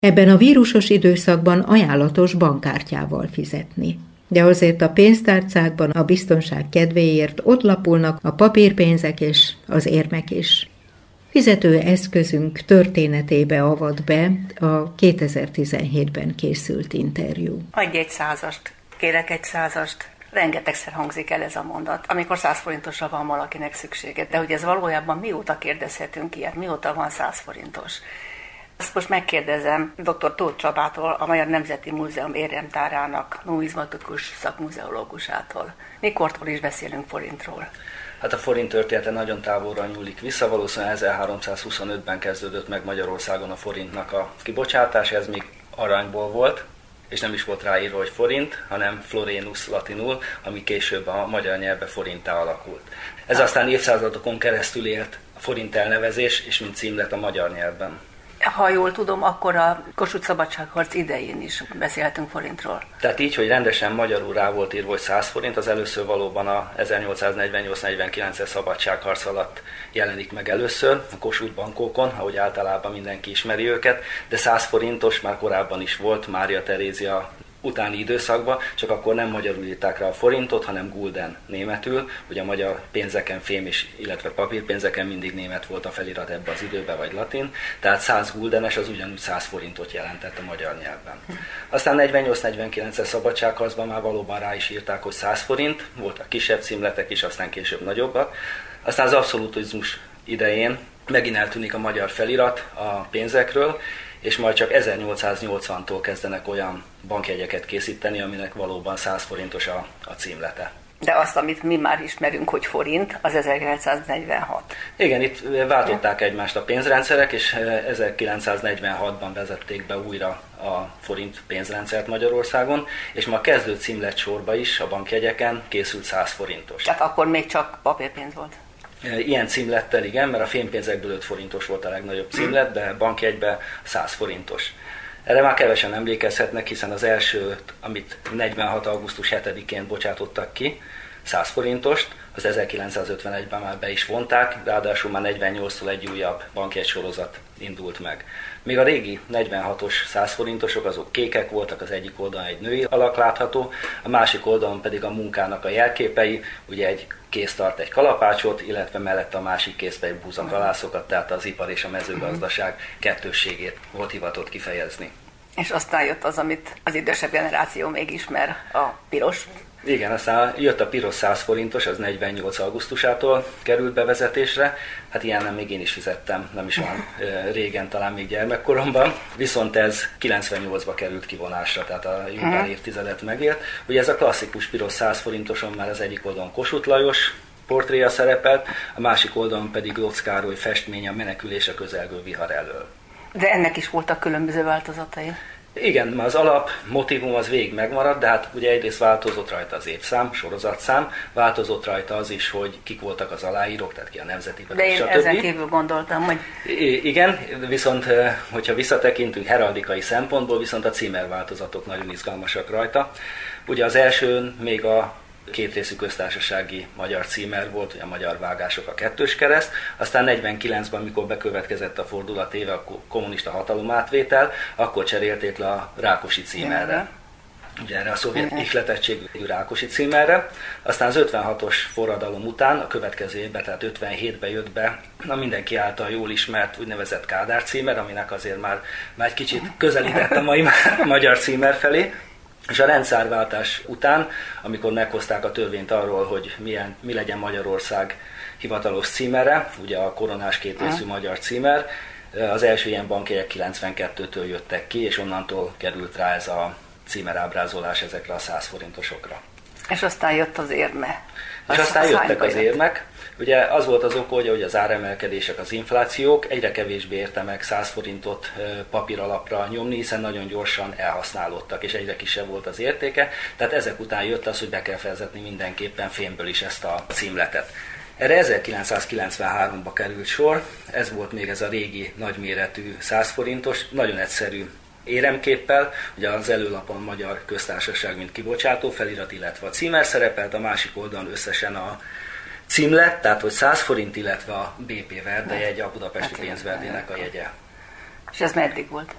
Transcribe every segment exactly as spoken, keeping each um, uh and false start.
Ebben a vírusos időszakban ajánlatos bankkártyával fizetni. De azért a pénztárcákban a biztonság kedvéért ott lapulnak a papírpénzek és az érmek is. Fizető eszközünk történetébe avat be a kétezer-tizenhétben készült interjú. Adj egy százast, kérek egy százast. Rengetegszer hangzik el ez a mondat, amikor száz forintosra van valakinek szüksége. De hogy ez valójában mióta kérdezhetünk ilyet, mióta van száz forintos? Azt most megkérdezem dr. Tóth Csabától, a Magyar Nemzeti Múzeum éremtárának numizmatikus szakmuzeológusától. Mikortól is beszélünk forintról? Hát a forint története nagyon távolra nyúlik vissza, valószínűleg ezerháromszázhuszonötben kezdődött meg Magyarországon a forintnak a kibocsátás, ez még aranyból volt, és nem is volt ráírva, hogy forint, hanem florinus latinul, ami később a magyar nyelvbe forinttá alakult. Ez aztán évszázadokon keresztül élt a forint elnevezés, és mint címlet a magyar nyelvben. Ha jól tudom, akkor a Kossuth-szabadságharc idején is beszélhetünk forintról. Tehát így, hogy rendesen magyarul rá volt írva, hogy száz forint, az először valóban a ezernyolcszáznegyvennyolc negyvenkilences szabadságharc alatt jelenik meg először, a Kossuth bankokon, ahogy általában mindenki ismeri őket, de száz forintos már korábban is volt, Mária Terézia utáni időszakban, csak akkor nem magyarul írták rá a forintot, hanem gulden németül. Ugye a magyar pénzeken, fém és illetve papírpénzeken mindig német volt a felirat ebbe az időben, vagy latin, tehát száz guldenes az ugyanúgy száz forintot jelentett a magyar nyelvben. Aztán negyvennyolc negyvenkilences szabadságharcban már valóban rá is írták, hogy száz forint, voltak kisebb címletek is, aztán később nagyobbak. Aztán az abszolutizmus idején megint eltűnik a magyar felirat a pénzekről, és majd csak ezernyolcszáznyolcvantól kezdenek olyan bankjegyeket készíteni, aminek valóban száz forintos a, a címlete. De azt, amit mi már ismerünk, hogy forint, az ezerkilencszáznegyvenhat. Igen, itt váltották egymást a pénzrendszerek, és ezerkilencszáznegyvenhatban vezették be újra a forint pénzrendszert Magyarországon, és ma a kezdő címlet sorba is a bankjegyeken készült száz forintos. Tehát akkor még csak papírpénz volt? Ilyen címlettel igen, mert a fémpénzekből öt forintos volt a legnagyobb címlet, de bankjegyben száz forintos. Erre már kevesen emlékezhetnek, hiszen az első, amit negyvenhat. augusztus hetedikén bocsátottak ki, száz forintost, az ezerkilencszázötvenegyben már be is vonták, ráadásul már negyvennyolctól egy újabb bankjegy sorozat indult meg. Még a régi negyvenhatos száz forintosok azok kékek voltak, az egyik oldalon egy női alak látható, a másik oldalon pedig a munkának a jelképei, ugye egy kéz tart egy kalapácsot, illetve mellette a másik kézbe egy búzakalászokat, tehát az ipar és a mezőgazdaság kettősségét volt hivatott kifejezni. És aztán jött az, amit az idősebb generáció még ismer, a piros. Igen, aztán jött a piros száz forintos, az negyvennyolc. augusztusától került bevezetésre. Hát ilyennel még én is fizettem, nem is van régen, talán még gyermekkoromban. Viszont ez kilencvennyolcba került kivonásra, tehát a jó pár évtizedet megélt. Ugye ez a klasszikus piros száz forintoson már az egyik oldalon Kossuth Lajos portréja szerepelt, a másik oldalon pedig Lotz Károly festménye, a menekülés a közelgő vihar elől. De ennek is voltak különböző változatai. Igen, az alap motivum az végig megmaradt, de hát ugye egyrészt változott rajta az évszám, sorozatszám, változott rajta az is, hogy kik voltak az aláírók, tehát ki a nemzeti De én stb. Ezen kívül gondoltam, hogy... I- igen, viszont hogyha visszatekintünk heraldikai szempontból, viszont a címerváltozatok nagyon izgalmasak rajta. Ugye az első még a kétrészű köztársasági magyar címer volt, ugye a magyar vágások, a kettős kereszt, aztán negyvenkilencben, amikor bekövetkezett a fordulat éve, a kommunista hatalomátvétel, akkor cserélték le a Rákosi címerre. Ugye erre a szovjet ihletettségű Rákosi címerre. Aztán az ötvenhatos forradalom után, a következő évben, tehát ötvenhétben jött be a mindenki által jól ismert úgynevezett Kádár címer, aminek azért már, már egy kicsit közelített a mai magyar címer felé. És a rendszerváltás után, amikor meghozták a törvényt arról, hogy milyen, mi legyen Magyarország hivatalos címere, ugye a koronás kétrészű magyar címer, az első ilyen bankjegyek kilencvenkettőtől jöttek ki, és onnantól került rá ez a címerábrázolás ezekre a száz forintosokra. És aztán jött az érme. És az aztán jöttek az jött? érmek. Ugye az volt az oka, hogy az áremelkedések, az inflációk, egyre kevésbé érte meg száz forintot papíralapra nyomni, hiszen nagyon gyorsan elhasználódtak, és egyre kisebb volt az értéke. Tehát ezek után jött az, hogy be kell vezetni mindenképpen fémből is ezt a címletet. Erre ezerkilencszázkilencvenháromba került sor, ez volt még ez a régi nagyméretű száz forintos, nagyon egyszerű éremképpel, ugye az előlapon Magyar Köztársaság mint kibocsátó felirat, illetve a címer szerepelt, a másik oldalon összesen a címlet, tehát hogy száz forint, illetve a bé pé Verde jegye, a budapesti pénzverdének a jegye. És ez meddig volt?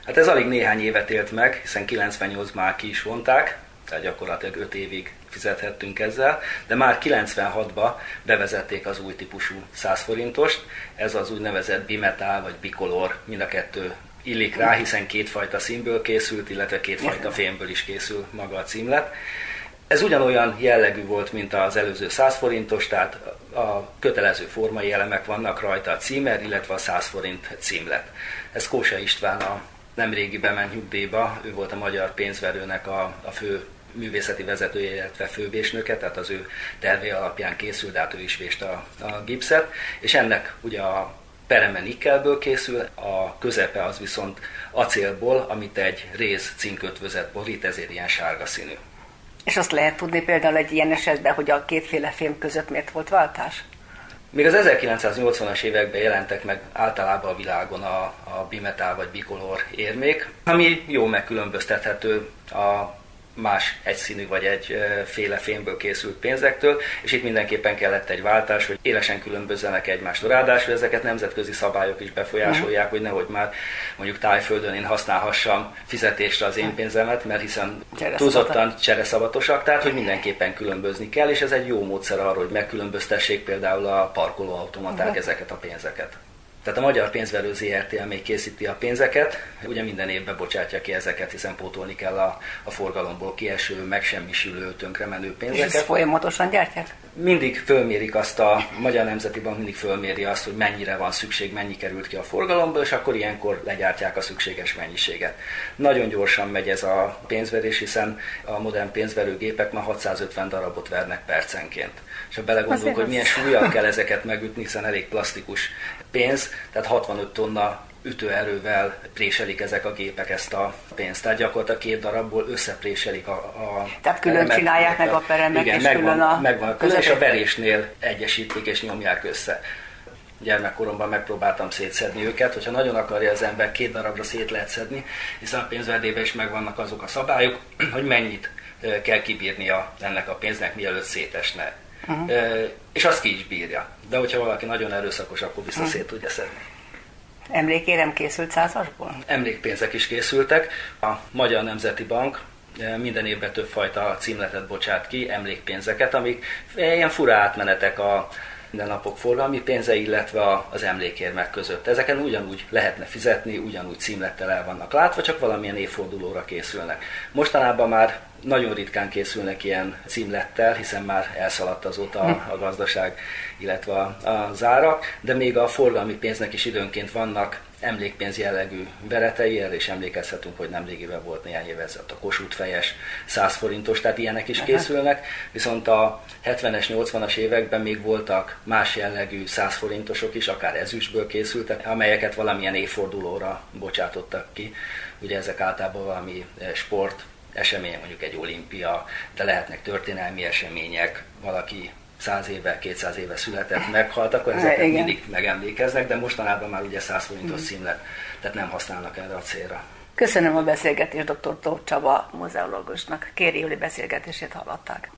Hát ez alig néhány évet élt meg, hiszen kilencvennyolcban már ki is vonták, tehát gyakorlatilag öt évig fizethettünk ezzel, de már kilencvenhatban bevezették az új típusú száz forintost, ez az úgynevezett bimetál vagy bicolor, mind a kettő illik rá, hiszen kétfajta színből készült, illetve kétfajta fémből is készül maga a címlet. Ez ugyanolyan jellegű volt, mint az előző száz forintos, tehát a kötelező formai elemek vannak rajta, a címer, illetve a száz forint címlet. Ez Kósa István a nemrégiben ment nyugdíjba, ő volt a Magyar Pénzverőnek a, a fő művészeti vezetője, illetve fővésnöke, tehát az ő tervé alapján készült, de hát ő is véste a, a gipszet, és ennek ugye a pereme nikkelből készül, a közepe az viszont acélból, amit egy réz cinkötvözet borít, ezért ilyen sárga színű. És azt lehet tudni például egy ilyen esetben, hogy a kétféle fém között miért volt váltás? Még az ezerkilencszáznyolcvanas években jelentek meg általában a világon a, a bimetál vagy bicolor érmék, ami jól megkülönböztethető a más egyszínű vagy egyféle fémből készült pénzektől, és itt mindenképpen kellett egy váltás, hogy élesen különbözzenek egymástól. Ráadásul ezeket nemzetközi szabályok is befolyásolják, hogy nehogy már mondjuk Tájföldön én használhassam fizetésre az én pénzemet, mert hiszen túlzottan csereszavatosak, tehát hogy mindenképpen különbözni kell, és ez egy jó módszer arra, hogy megkülönböztessék például a parkolóautomaták uh-huh. ezeket a pénzeket. Tehát a Magyar Pénzverő zé er té még készíti a pénzeket, ugye minden évben bocsátja ki ezeket, hiszen pótolni kell a, a forgalomból kieső, megsemmisülő, tönkremenő pénzeket. És ezt folyamatosan gyártják? Mindig fölmérik azt, a Magyar Nemzeti Bank mindig fölméri azt, hogy mennyire van szükség, mennyi került ki a forgalomból, és akkor ilyenkor legyártják a szükséges mennyiséget. Nagyon gyorsan megy ez a pénzverés, hiszen a modern pénzverőgépek már hatszázötven darabot vernek percenként. És ha belegondolunk, hogy milyen súllyal kell ezeket megütni, hiszen elég plastikus pénz, tehát hatvanöt tonna ütőerővel préselik ezek a gépek ezt a pénzt. Tehát gyakorlatilag két darabból összepréselik a, a Tehát külön peremet, csinálják meg a peremet, igen, és megvan, külön a megvan, külön, és a verésnél egyesítik és nyomják össze. Gyermekkoromban megpróbáltam szétszedni őket, hogyha nagyon akarja az ember, két darabra szét lehet szedni, hiszen a pénzverdében is megvannak azok a szabályok, hogy mennyit kell kibírnia ennek a pénznek, mielőtt szétesne. Uh-huh. E, és azt ki is bírja. De hogyha valaki nagyon erőszakos, akkor biztos uh-huh. szét tudja szedni. Emlékérem készült százasból? Emlékpénzek is készültek. A Magyar Nemzeti Bank minden évben többfajta címletet bocsát ki, emlékpénzeket, amik ilyen fura átmenetek a mindennapok forgalmi pénze, illetve az emlékérmek között. Ezeken ugyanúgy lehetne fizetni, ugyanúgy címlettel el vannak látva, csak valamilyen évfordulóra készülnek. Mostanában már nagyon ritkán készülnek ilyen címlettel, hiszen már elszaladt azóta a, a gazdaság, illetve a, a zárak, de még a forgalmi pénznek is időnként vannak emlékpénz jellegű veretei, erre is emlékezhetünk, hogy nemrégiben volt néhány évvel ezelőtt a Kossuth fejes száz forintos, tehát ilyenek is készülnek, viszont a hetvenes, nyolcvanas években még voltak más jellegű száz forintosok is, akár ezüstből készültek, amelyeket valamilyen évfordulóra bocsátottak ki. Ugye ezek általában valami sport események, mondjuk egy olimpia, de lehetnek történelmi események, valaki száz éve, kétszáz éve született, meghalt, akkor ezeket igen. mindig megemlékeznek, de mostanában már ugye száz forintos címlet, tehát nem használnak erre a célra. Köszönöm a beszélgetést dr. Tóth Csaba muzeológusnak. Kéri Júli beszélgetését hallották.